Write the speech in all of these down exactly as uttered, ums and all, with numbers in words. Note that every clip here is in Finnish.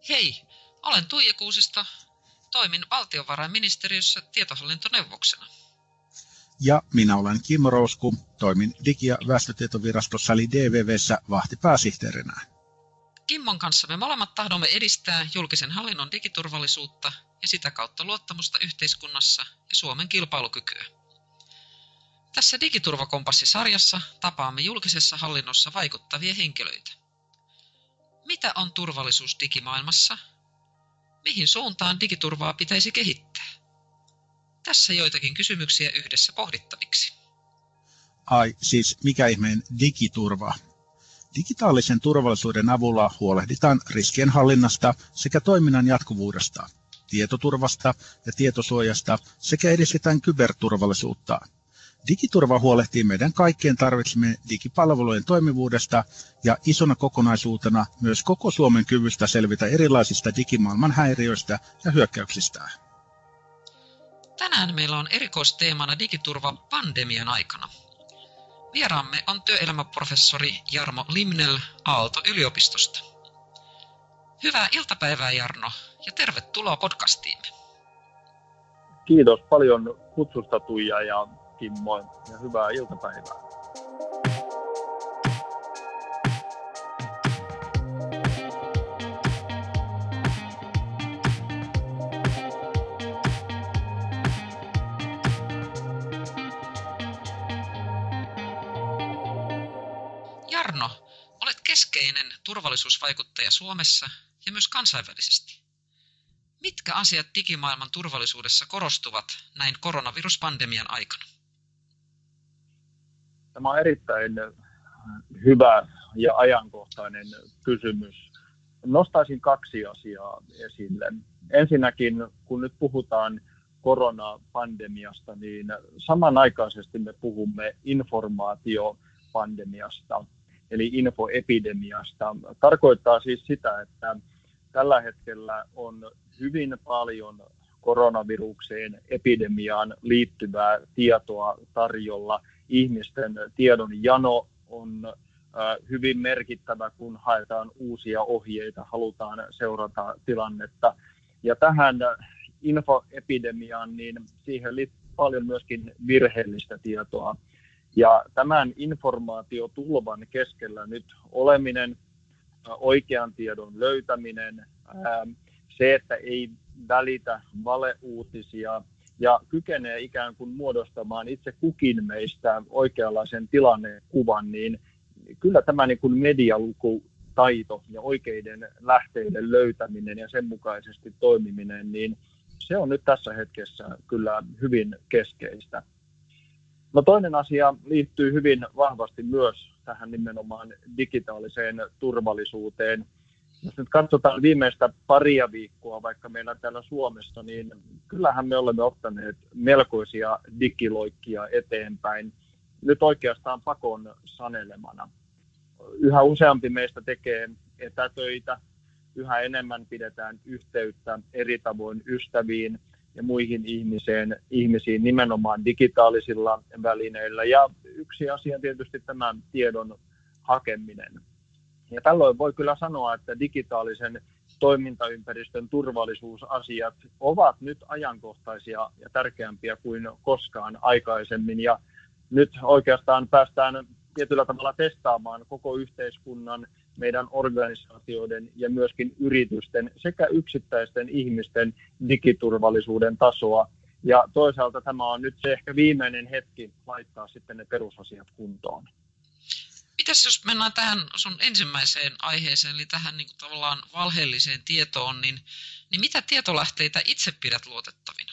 Hei, olen Tuija Kuusisto, toimin valtiovarainministeriössä tietohallintoneuvoksena. Ja minä olen Kimmo Rousku, toimin Digi- ja väestötietovirastossa eli D V V:ssä vahtipääsihteerinä. Kimmon kanssa me molemmat tahdomme edistää julkisen hallinnon digiturvallisuutta ja sitä kautta luottamusta yhteiskunnassa ja Suomen kilpailukykyä. Tässä Digiturvakompassi-sarjassa tapaamme julkisessa hallinnossa vaikuttavia henkilöitä. Mitä on turvallisuus digimaailmassa? Mihin suuntaan digiturvaa pitäisi kehittää? Tässä joitakin kysymyksiä yhdessä pohdittaviksi. Ai, siis mikä ihmeen digiturva? Digitaalisen turvallisuuden avulla huolehditaan riskien hallinnasta sekä toiminnan jatkuvuudesta, tietoturvasta ja tietosuojasta sekä edistetään kyberturvallisuutta. Digiturva huolehtii meidän kaikkien tarvitsemien digipalvelujen toimivuudesta ja isona kokonaisuutena myös koko Suomen kyvystä selvitä erilaisista digimaailman häiriöistä ja hyökkäyksistä. Tänään meillä on erikoisteemana digiturva pandemian aikana. Vieraamme on työelämäprofessori Jarmo Limnell Aalto-yliopistosta. Hyvää iltapäivää, Jarno, ja tervetuloa podcastiimme. Kiitos paljon kutsusta, Tuija ja Kimmo, ja hyvää iltapäivää. Jarno, olet keskeinen turvallisuusvaikuttaja Suomessa ja myös kansainvälisesti. Mitkä asiat digimaailman turvallisuudessa korostuvat näin koronaviruspandemian aikana? Tämä on erittäin hyvä ja ajankohtainen kysymys. Nostaisin kaksi asiaa esille. Ensinnäkin, kun nyt puhutaan koronapandemiasta, niin samanaikaisesti me puhumme informaatiopandemiasta, eli infoepidemiasta. Tarkoittaa siis sitä, että tällä hetkellä on hyvin paljon koronavirukseen, epidemiaan liittyvää tietoa tarjolla. Ihmisten tiedon jano on hyvin merkittävä, kun haetaan uusia ohjeita, halutaan seurata tilannetta. Ja tähän infoepidemiaan, niin siihen liittyy paljon myöskin virheellistä tietoa. Ja tämän informaatiotulvan keskellä nyt oleminen, oikean tiedon löytäminen, se, että ei välitä valeuutisia ja kykenee ikään kuin muodostamaan itse kukin meistä oikeanlaisen tilannekuvan, niin kyllä tämä niin kuin medialukutaito ja oikeiden lähteiden löytäminen ja sen mukaisesti toimiminen, niin se on nyt tässä hetkessä kyllä hyvin keskeistä. No toinen asia liittyy hyvin vahvasti myös tähän nimenomaan digitaaliseen turvallisuuteen. Jos nyt katsotaan viimeistä paria viikkoa vaikka meillä täällä Suomessa, niin kyllähän me olemme ottaneet melkoisia digiloikkia eteenpäin. Nyt oikeastaan pakon sanelemana. Yhä useampi meistä tekee etätöitä, yhä enemmän pidetään yhteyttä eri tavoin ystäviin ja muihin ihmiseen, ihmisiin nimenomaan digitaalisilla välineillä. Ja yksi asia on tietysti tämä tiedon hakeminen. Ja tällöin voi kyllä sanoa, että digitaalisen toimintaympäristön turvallisuusasiat ovat nyt ajankohtaisia ja tärkeämpiä kuin koskaan aikaisemmin. Ja nyt oikeastaan päästään tietyllä tavalla testaamaan koko yhteiskunnan, meidän organisaatioiden ja myöskin yritysten sekä yksittäisten ihmisten digiturvallisuuden tasoa. Ja toisaalta tämä on nyt se ehkä viimeinen hetki laittaa sitten ne perusasiat kuntoon. Mitäs jos mennään tähän sun ensimmäiseen aiheeseen, eli tähän niin kuin tavallaan valheelliseen tietoon, niin, niin mitä tietolähteitä itse pidät luotettavina?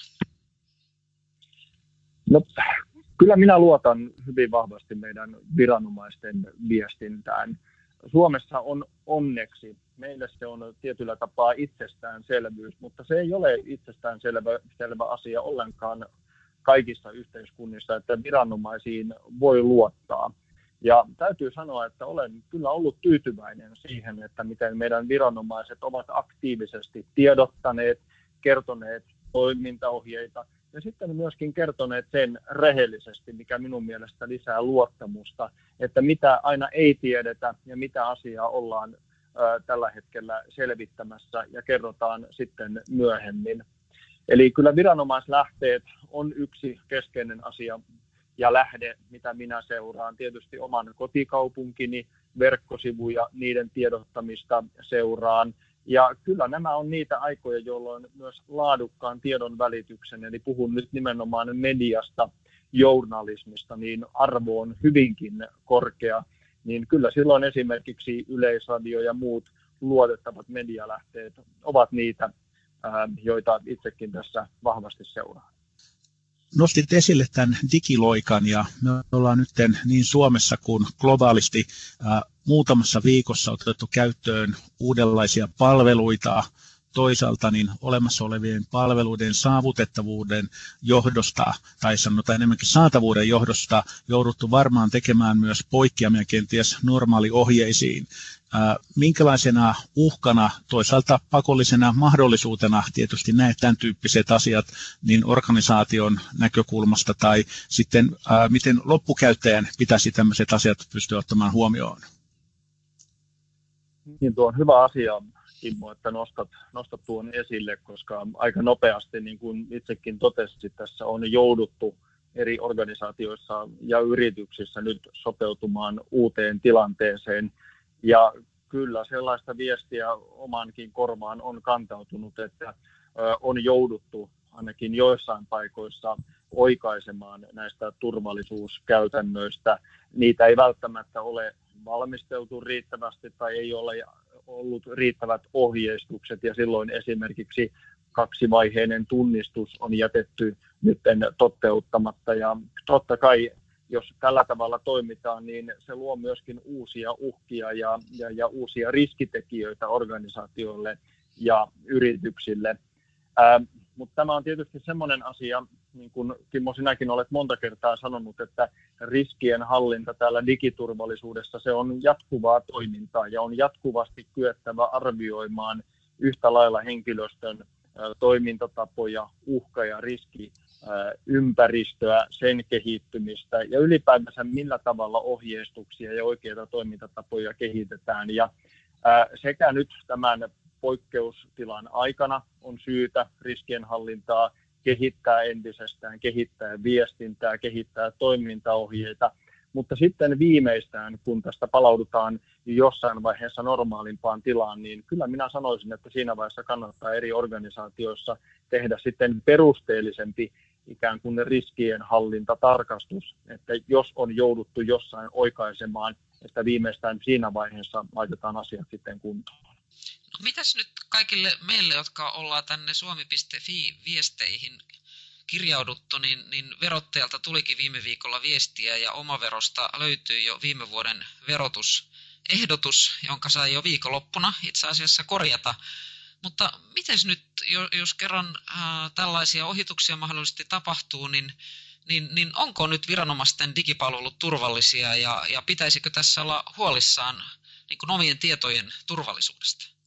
No, kyllä minä luotan hyvin vahvasti meidän viranomaisten viestintään. Suomessa on onneksi, meille se on tietyllä tapaa itsestäänselvyys, mutta se ei ole itsestäänselvä selvä asia ollenkaan kaikissa yhteiskunnissa, että viranomaisiin voi luottaa. Ja täytyy sanoa, että olen kyllä ollut tyytyväinen siihen, että miten meidän viranomaiset ovat aktiivisesti tiedottaneet, kertoneet toimintaohjeita ja sitten myöskin kertoneet sen rehellisesti, mikä minun mielestä lisää luottamusta, että mitä aina ei tiedetä ja mitä asiaa ollaan tällä hetkellä selvittämässä ja kerrotaan sitten myöhemmin. Eli kyllä viranomaislähteet on yksi keskeinen asia ja lähde, mitä minä seuraan. Tietysti oman kotikaupunkini verkkosivuja, niiden tiedottamista seuraan. Ja kyllä nämä on niitä aikoja, jolloin myös laadukkaan tiedon välityksen, eli puhun nyt nimenomaan mediasta, journalismista, niin arvo on hyvinkin korkea. Niin kyllä silloin esimerkiksi Yleisradio ja muut luotettavat medialähteet ovat niitä, joita itsekin tässä vahvasti seuraan. Nostit esille tämän digiloikan ja me ollaan nyt niin Suomessa kuin globaalisti ää, muutamassa viikossa otettu käyttöön uudenlaisia palveluita, toisaalta niin olemassa olevien palveluiden saavutettavuuden johdosta, tai sanotaan enemmänkin saatavuuden johdosta, jouduttu varmaan tekemään myös poikkeamia kenties normaaliohjeisiin. Minkälaisena uhkana, toisaalta pakollisena mahdollisuutena tietysti näet tämän tyyppiset asiat niin organisaation näkökulmasta, tai sitten ää, miten loppukäyttäjän pitäisi tämmöiset asiat pystyä ottamaan huomioon? Niin tuo on hyvä asia, Kimmo, että nostat, nostat tuon esille, koska aika nopeasti, niin kuin itsekin totesit, tässä on jouduttu eri organisaatioissa ja yrityksissä nyt sopeutumaan uuteen tilanteeseen. Ja kyllä sellaista viestiä omankin korvaan on kantautunut, että on jouduttu ainakin joissain paikoissa oikaisemaan näistä turvallisuuskäytännöistä. Niitä ei välttämättä ole valmisteltu riittävästi tai ei ole ollut riittävät ohjeistukset ja silloin esimerkiksi kaksivaiheinen tunnistus on jätetty nyt toteuttamatta. Ja totta kai, jos tällä tavalla toimitaan, niin se luo myöskin uusia uhkia ja, ja, ja uusia riskitekijöitä organisaatioille ja yrityksille. Ää, mutta tämä on tietysti semmoinen asia, niin kuin Kimmo sinäkin olet monta kertaa sanonut, että riskien hallinta täällä digiturvallisuudessa se on jatkuvaa toimintaa ja on jatkuvasti kyettävä arvioimaan yhtä lailla henkilöstön toimintatapoja, uhka- ja riskiympäristöä, sen kehittymistä ja ylipäätänsä millä tavalla ohjeistuksia ja oikeita toimintatapoja kehitetään. Ja sekä nyt tämän poikkeustilan aikana on syytä riskienhallintaa kehittää entisestään, kehittää viestintää, kehittää toimintaohjeita, mutta sitten viimeistään, kun tästä palaudutaan jossain vaiheessa normaalimpaan tilaan, niin kyllä minä sanoisin, että siinä vaiheessa kannattaa eri organisaatioissa tehdä sitten perusteellisempi ikään kuin riskienhallintatarkastus, että jos on jouduttu jossain oikaisemaan, että viimeistään siinä vaiheessa laitetaan asiat sitten kuntoon. No mitäs nyt kaikille meille, jotka ollaan tänne suomi piste fi-viesteihin kirjauduttu, niin, niin verottajalta tulikin viime viikolla viestiä ja omaverosta löytyi jo viime vuoden verotusehdotus, jonka sai jo viikonloppuna itse asiassa korjata. Mutta mites nyt, jos kerran äh, tällaisia ohituksia mahdollisesti tapahtuu, niin, niin, niin onko nyt viranomaisten digipalvelut turvallisia ja, ja pitäisikö tässä olla huolissaan niin kuin omien tietojen turvallisuudesta?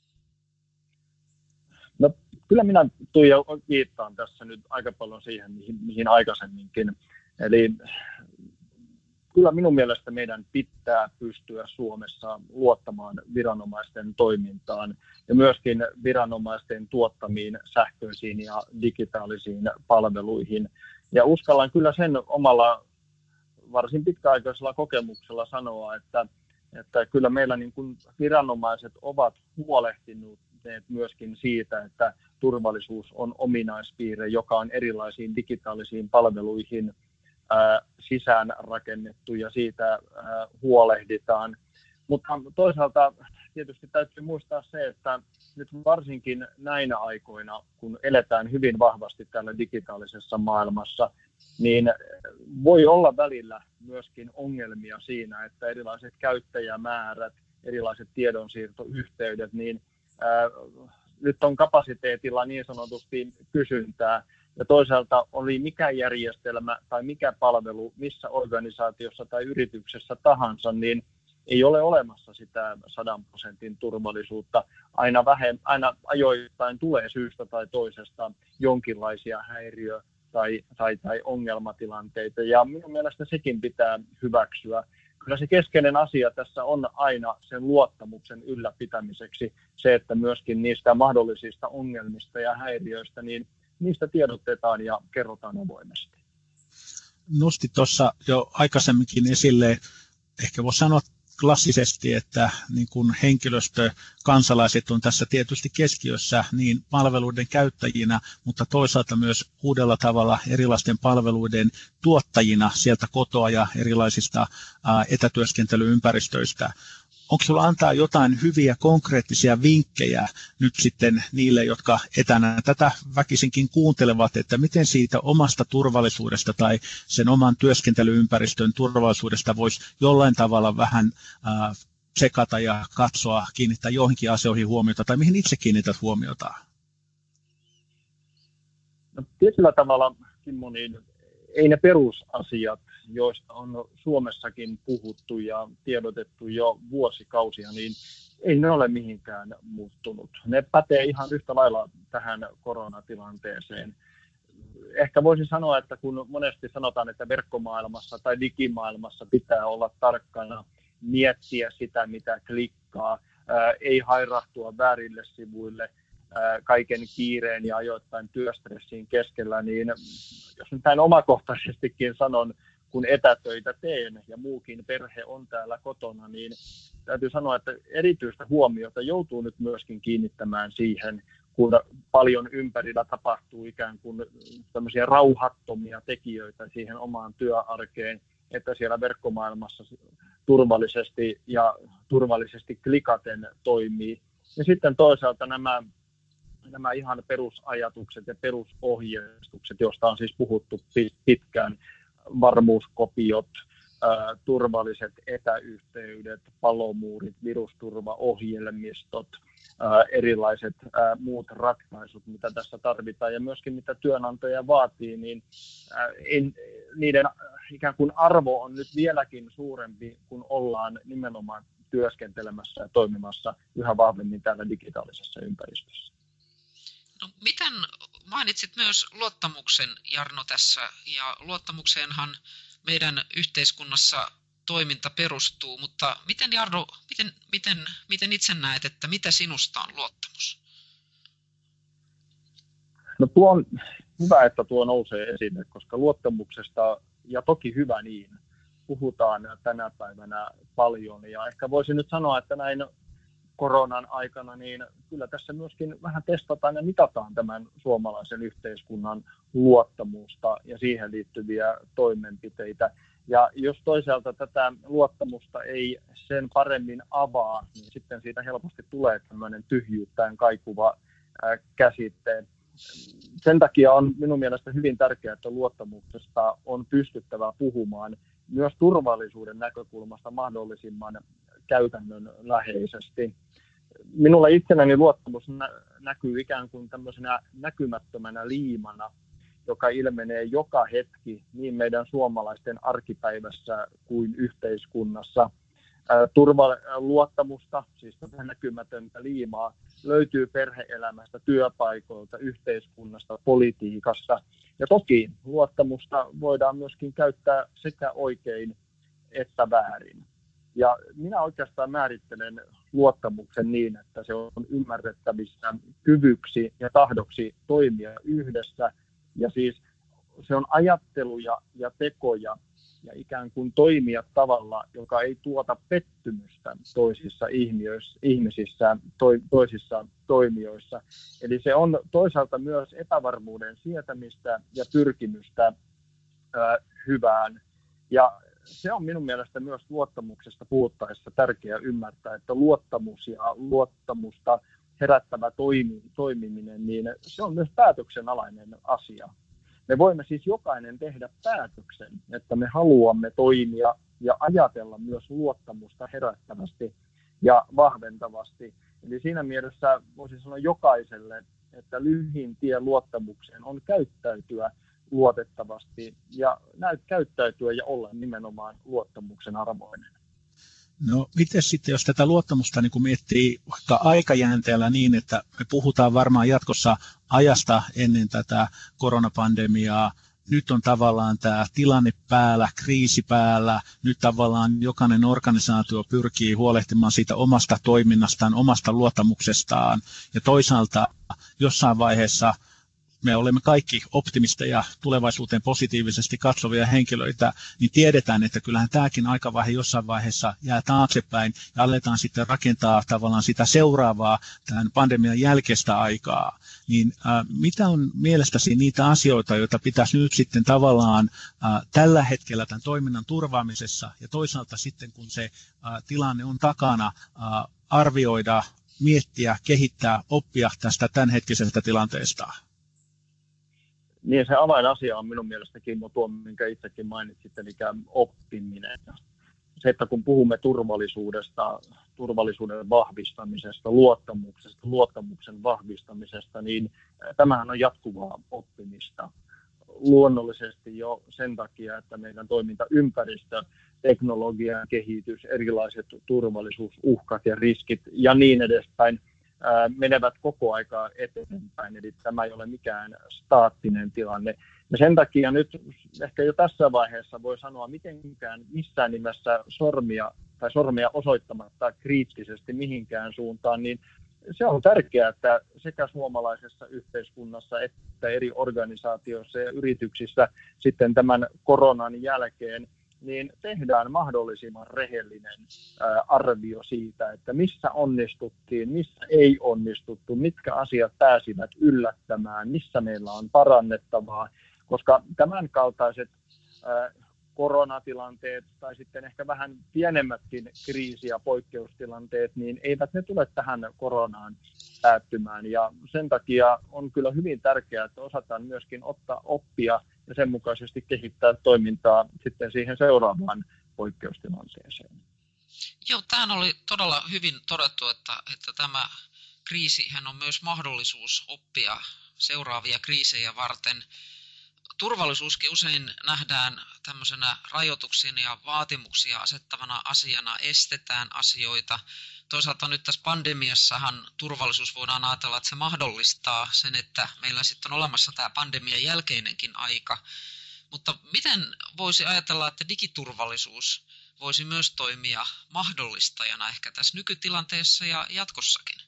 No, kyllä minä Tuija viittaan tässä nyt aika paljon siihen, mihin, mihin aikaisemminkin. Eli kyllä minun mielestä meidän pitää pystyä Suomessa luottamaan viranomaisten toimintaan ja myöskin viranomaisten tuottamiin sähköisiin ja digitaalisiin palveluihin. Ja uskallan kyllä sen omalla varsin pitkäaikaisella kokemuksella sanoa, että, että kyllä meillä niin kuin viranomaiset ovat huolehtineet myöskin siitä, että turvallisuus on ominaispiirre, joka on erilaisiin digitaalisiin palveluihin ää, sisään rakennettu ja siitä ää, huolehditaan. Mutta toisaalta tietysti täytyy muistaa se, että nyt varsinkin näinä aikoina, kun eletään hyvin vahvasti täällä digitaalisessa maailmassa, niin voi olla välillä myöskin ongelmia siinä, että erilaiset käyttäjämäärät, erilaiset tiedonsiirtoyhteydet, niin ää, nyt on kapasiteetilla niin sanotusti kysyntää. Ja toisaalta oli mikä järjestelmä tai mikä palvelu missä organisaatiossa tai yrityksessä tahansa, niin ei ole olemassa sitä sadan prosentin turvallisuutta. Aina, vähem, aina ajoittain tulee syystä tai toisesta jonkinlaisia häiriö- tai, tai, tai ongelmatilanteita. Ja minun mielestä sekin pitää hyväksyä. kyllä se keskeinen asia tässä on aina sen luottamuksen ylläpitämiseksi se, että myöskin niistä mahdollisista ongelmista ja häiriöistä, niin niistä tiedotetaan ja kerrotaan avoimesti. Nosti tuossa jo aikaisemminkin esille, ehkä voi sanoa klassisesti, että niin kun henkilöstö, kansalaiset on tässä tietysti keskiössä niin palveluiden käyttäjinä, mutta toisaalta myös uudella tavalla erilaisten palveluiden tuottajina sieltä kotoa ja erilaisista ää, etätyöskentelyympäristöistä. Onko sinulla antaa jotain hyviä konkreettisia vinkkejä nyt sitten niille, jotka etänä tätä väkisinkin kuuntelevat, että miten siitä omasta turvallisuudesta tai sen oman työskentelyympäristön turvallisuudesta voisi jollain tavalla vähän äh, sekata ja katsoa, kiinnittää johonkin asioihin huomiota tai mihin itse kiinnität huomiota? No, tietyllä tavalla, Kimmo, niin ei ne perusasiat, joista on Suomessakin puhuttu ja tiedotettu jo vuosikausia, niin ei ne ole mihinkään muuttunut. Ne pätee ihan yhtä lailla tähän koronatilanteeseen. Ehkä voisin sanoa, että kun monesti sanotaan, että verkkomaailmassa tai digimaailmassa pitää olla tarkkana, miettiä sitä, mitä klikkaa, ää, ei hairahtua väärille sivuille, kaiken kiireen ja ajoittain työstressiin keskellä, niin jos nyt näin omakohtaisestikin sanon, kun etätöitä teen ja muukin perhe on täällä kotona, niin täytyy sanoa, että erityistä huomiota joutuu nyt myöskin kiinnittämään siihen, kun paljon ympärillä tapahtuu ikään kuin tämmöisiä rauhattomia tekijöitä siihen omaan työarkeen, että siellä verkkomaailmassa turvallisesti ja turvallisesti klikaten toimii. Ja sitten toisaalta nämä nämä ihan perusajatukset ja perusohjeistukset, joista on siis puhuttu pitkään, varmuuskopiot, ää, turvalliset etäyhteydet, palomuurit, virusturvaohjelmistot, ää, erilaiset ää, muut ratkaisut, mitä tässä tarvitaan ja myöskin mitä työnantaja vaatii, niin ää, en, niiden ikään kuin arvo on nyt vieläkin suurempi, kun ollaan nimenomaan työskentelemässä ja toimimassa yhä vahvemmin täällä digitaalisessa ympäristössä. No, miten mainitsit myös luottamuksen, Jarno, tässä, ja luottamukseenhan meidän yhteiskunnassa toiminta perustuu, mutta miten, Jarno, miten, miten, miten itse näet, että mitä sinusta on luottamus? No tuo on hyvä, että tuo nousee esille, koska luottamuksesta, ja toki hyvä niin, puhutaan tänä päivänä paljon, ja ehkä voisin nyt sanoa, että näin koronan aikana, niin kyllä tässä myöskin vähän testataan ja mitataan tämän suomalaisen yhteiskunnan luottamusta ja siihen liittyviä toimenpiteitä. Ja jos toisaalta tätä luottamusta ei sen paremmin avaa, niin sitten siitä helposti tulee tämmöinen tyhjyyttään kaikuva ää, käsite. Sen takia on minun mielestä hyvin tärkeää, että luottamuksesta on pystyttävä puhumaan myös turvallisuuden näkökulmasta mahdollisimman käytännönläheisesti. Minulla itselläni luottamus nä- näkyy ikään kuin tämmöisenä näkymättömänä liimana, joka ilmenee joka hetki niin meidän suomalaisten arkipäivässä kuin yhteiskunnassa. Turvaluottamusta, siis tätä näkymätöntä liimaa, löytyy perhe-elämästä, työpaikoilta, yhteiskunnasta, politiikasta. Ja toki luottamusta voidaan myöskin käyttää sekä oikein että väärin. Ja minä oikeastaan määrittelen luottamuksen niin, että se on ymmärrettävissä kyvyksi ja tahdoksi toimia yhdessä. Ja siis se on ajatteluja ja tekoja ja ikään kuin toimia tavalla, joka ei tuota pettymystä toisissa ihmisissä, toisissa toimijoissa. Eli se on toisaalta myös epävarmuuden sietämistä ja pyrkimystä ää, hyvään. Ja se on minun mielestä myös luottamuksesta puhuttaessa tärkeää ymmärtää, että luottamus ja luottamusta herättävä toimi, toimiminen, niin se on myös päätöksenalainen asia. Me voimme siis jokainen tehdä päätöksen, että me haluamme toimia ja ajatella myös luottamusta herättävästi ja vahventavasti. Eli siinä mielessä voisin sanoa jokaiselle, että lyhin tie luottamukseen on käyttäytyä luotettavasti ja näyt käyttäytyä ja olla nimenomaan luottamuksen arvoinen. No miten sitten, jos tätä luottamusta niin kun miettii vaikka aikajänteellä niin, että me puhutaan varmaan jatkossa ajasta ennen tätä koronapandemiaa, nyt on tavallaan tämä tilanne päällä, kriisi päällä, nyt tavallaan jokainen organisaatio pyrkii huolehtimaan siitä omasta toiminnastaan, omasta luottamuksestaan ja toisaalta jossain vaiheessa me olemme kaikki optimisteja, tulevaisuuteen positiivisesti katsovia henkilöitä, niin tiedetään, että kyllähän tämäkin aikavaihe jossain vaiheessa jää taaksepäin ja aletaan sitten rakentaa tavallaan sitä seuraavaa tämän pandemian jälkeistä aikaa. Niin äh, mitä on mielestäsi niitä asioita, joita pitäisi nyt sitten tavallaan äh, tällä hetkellä tämän toiminnan turvaamisessa ja toisaalta sitten kun se äh, tilanne on takana äh, arvioida, miettiä, kehittää, oppia tästä tämänhetkisestä tilanteesta? Niin se avainasia on minun mielestä Kimmo tuo, minkä itsekin mainitsit, eli oppiminen. Se, että kun puhumme turvallisuudesta, turvallisuuden vahvistamisesta, luottamuksesta, luottamuksen vahvistamisesta, niin tämähän on jatkuvaa oppimista. Luonnollisesti jo sen takia, että meidän toimintaympäristö, teknologian kehitys, erilaiset turvallisuusuhkat ja riskit ja niin edespäin menevät koko aikaa eteenpäin, eli tämä ei ole mikään staattinen tilanne. Ja sen takia nyt ehkä jo tässä vaiheessa voi sanoa mitenkään missään nimessä sormia tai sormia osoittamatta kriittisesti mihinkään suuntaan, niin se on tärkeää, että sekä suomalaisessa yhteiskunnassa että eri organisaatioissa ja yrityksissä sitten tämän koronan jälkeen niin tehdään mahdollisimman rehellinen ää, arvio siitä, että missä onnistuttiin, missä ei onnistuttu, mitkä asiat pääsivät yllättämään, missä meillä on parannettavaa, koska tämän kaltaiset ää, koronatilanteet tai sitten ehkä vähän pienemmätkin kriisi- ja poikkeustilanteet, niin eivät ne tule tähän koronaan päättymään. Ja sen takia on kyllä hyvin tärkeää, että osataan myöskin ottaa oppia ja sen mukaisesti kehittää toimintaa sitten siihen seuraavaan poikkeustilanteeseen. Joo, tämähän oli todella hyvin todettu, että, että tämä kriisihän on myös mahdollisuus oppia seuraavia kriisejä varten. Turvallisuuskin usein nähdään tämmöisenä rajoituksien ja vaatimuksia asettavana asiana, estetään asioita. Toisaalta nyt tässä pandemiassahan turvallisuus voidaan ajatella, että se mahdollistaa sen, että meillä sitten on olemassa tämä pandemian jälkeinenkin aika. Mutta miten voisi ajatella, että digiturvallisuus voisi myös toimia mahdollistajana ehkä tässä nykytilanteessa ja jatkossakin?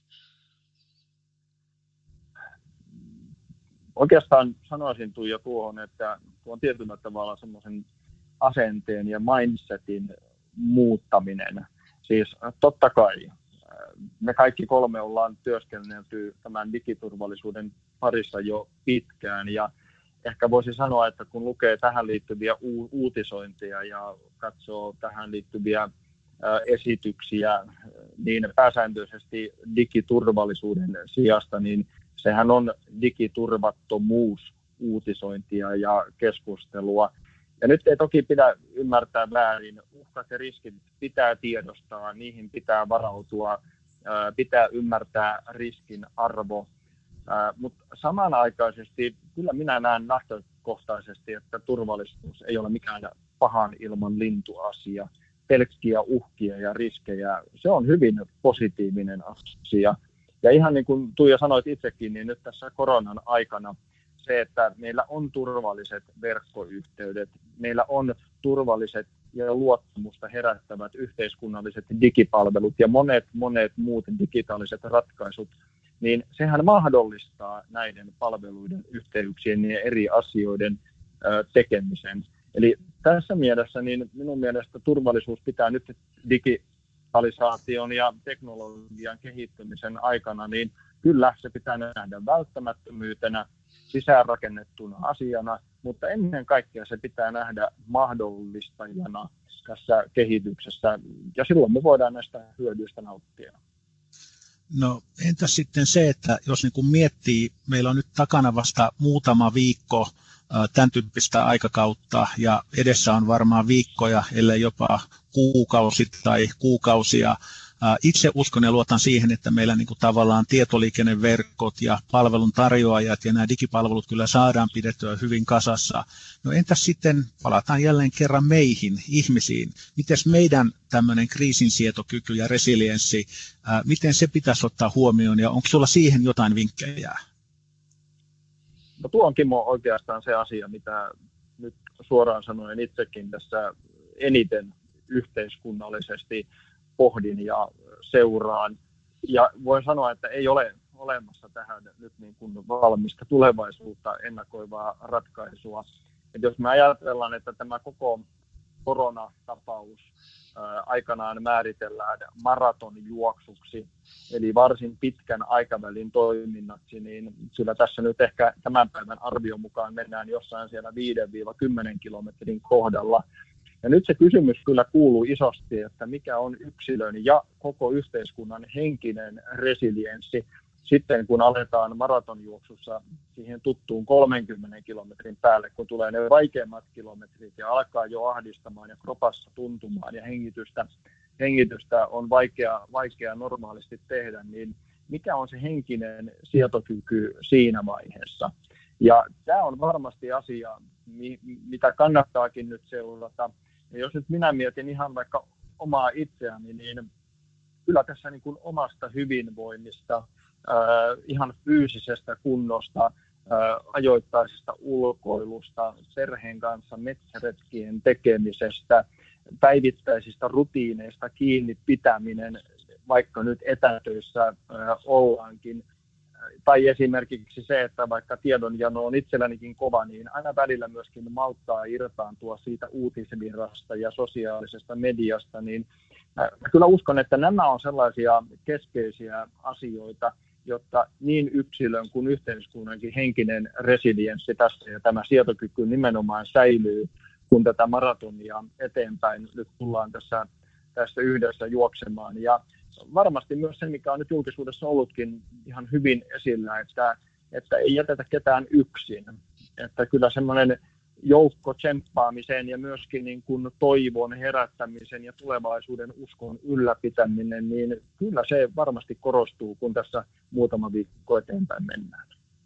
Oikeastaan sanoisin Tuija tuohon, että tuo on tietyllä tavalla semmoisen asenteen ja mindsetin muuttaminen. Siis totta kai me kaikki kolme ollaan työskennelty tämän digiturvallisuuden parissa jo pitkään ja ehkä voisi sanoa, että kun lukee tähän liittyviä u- uutisointia ja katsoo tähän liittyviä ä, esityksiä, niin pääsääntöisesti digiturvallisuuden sijasta, niin sehän on digiturvattomuus uutisointia ja keskustelua. Ja nyt ei toki pidä ymmärtää väärin. Uhkat ja riskit pitää tiedostaa, niihin pitää varautua, pitää ymmärtää riskin arvo. Mutta samanaikaisesti kyllä minä näen lähtökohtaisesti, että turvallisuus ei ole mikään pahan ilman lintuasia. Pelkkiä uhkia ja riskejä, se on hyvin positiivinen asia. Ja ihan niin kuin Tuija sanoit itsekin, niin nyt tässä koronan aikana se, että meillä on turvalliset verkkoyhteydet, meillä on turvalliset ja luottamusta herättävät yhteiskunnalliset digipalvelut ja monet, monet muut digitaaliset ratkaisut, niin sehän mahdollistaa näiden palveluiden, yhteyksien ja eri asioiden ö, tekemisen. Eli tässä mielessä niin minun mielestä turvallisuus pitää nyt digitalisaation ja teknologian kehittymisen aikana, niin kyllä se pitää nähdä välttämättömyytenä, sisäänrakennettuna asiana, mutta ennen kaikkea se pitää nähdä mahdollistajana tässä kehityksessä, ja silloin me voidaan näistä hyödyistä nauttia. No entäs sitten se, että jos niin kun miettii, meillä on nyt takana vasta muutama viikko tämän tyyppistä aikakautta, ja edessä on varmaan viikkoja, ellei jopa kuukausi tai kuukausia. Itse uskon ja luotan siihen, että meillä niin kuin tavallaan tietoliikenneverkot ja palveluntarjoajat ja nämä digipalvelut kyllä saadaan pidettyä hyvin kasassa. No entäs sitten, palataan jälleen kerran meihin, ihmisiin. Mites meidän tämmöinen kriisinsietokyky ja resilienssi, ää, miten se pitäisi ottaa huomioon ja onko sulla siihen jotain vinkkejä? No tuo on Kimmo oikeastaan se asia, mitä nyt suoraan sanoen itsekin tässä eniten yhteiskunnallisesti pohdin ja seuraan. Ja voin sanoa, että ei ole olemassa tähän nyt niin kuin valmista tulevaisuutta ennakoivaa ratkaisua. Et jos me ajatellaan, että tämä koko koronatapaus ää, aikanaan määritellään maratonjuoksuksi, eli varsin pitkän aikavälin toiminnaksi, niin kyllä tässä nyt ehkä tämän päivän arvion mukaan mennään jossain siellä viidestä kymmeneen kilometrin kohdalla. Ja nyt se kysymys kyllä kuuluu isosti, että mikä on yksilön ja koko yhteiskunnan henkinen resilienssi sitten, kun aletaan maratonjuoksussa siihen tuttuun kolmenkymmenen kilometrin päälle, kun tulee ne vaikeimmat kilometrit ja alkaa jo ahdistamaan ja kropassa tuntumaan ja hengitystä, hengitystä on vaikea, vaikea normaalisti tehdä, niin mikä on se henkinen sietokyky siinä vaiheessa? Ja tämä on varmasti asia, mitä kannattaakin nyt seurata. Ja jos nyt minä mietin ihan vaikka omaa itseäni, niin kyllä tässä niin kuin omasta hyvinvoinnista, äh, ihan fyysisestä kunnosta, äh, ajoittaisesta ulkoilusta, perheen kanssa metsäretkien tekemisestä, päivittäisistä rutiineista kiinni pitäminen, vaikka nyt etätöissä äh, ollaankin, tai esimerkiksi se, että vaikka tiedonjano on itsellänikin kova, niin aina välillä myöskin malttaa irtaantua siitä uutisvirrasta ja sosiaalisesta mediasta, niin mä kyllä uskon, että nämä on sellaisia keskeisiä asioita, jotta niin yksilön kuin yhteiskunnankin henkinen resilienssi tässä ja tämä sietokyky nimenomaan säilyy, kun tätä maratonia eteenpäin nyt tullaan tässä, tässä yhdessä juoksemaan. Ja varmasti myös se, mikä on nyt julkisuudessa ollutkin ihan hyvin esillä, että, että ei jätetä ketään yksin. Että kyllä semmoinen joukko tsemppaamisen ja myöskin niin kuin toivon herättämisen ja tulevaisuuden uskon ylläpitäminen, niin kyllä se varmasti korostuu, kun tässä muutama viikko eteenpäin mennään.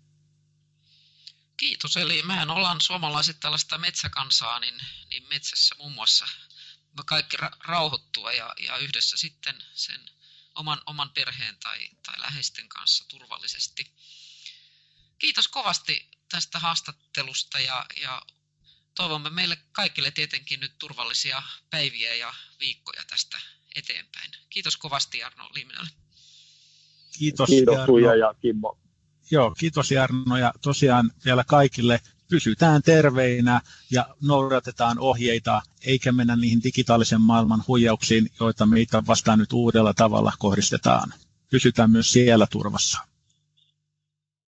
Kiitos. Eli mehän ollaan suomalaiset tällaista metsäkansaa, niin, niin metsässä muun muassa me kaikki ra- rauhoittua ja, ja yhdessä sitten sen oman, oman perheen tai, tai läheisten kanssa turvallisesti. Kiitos kovasti tästä haastattelusta ja, ja toivomme meille kaikille tietenkin nyt turvallisia päiviä ja viikkoja tästä eteenpäin. Kiitos kovasti Jarno Liiminelle. Kiitos, Kiitos Jarno. Tuija ja Kimmo. Joo, kiitos Jarno ja tosiaan vielä kaikille pysytään terveinä ja noudatetaan ohjeita eikä mennä niihin digitaalisen maailman huijauksiin, joita meitä vastaan nyt uudella tavalla kohdistetaan. Pysytään myös siellä turvassa.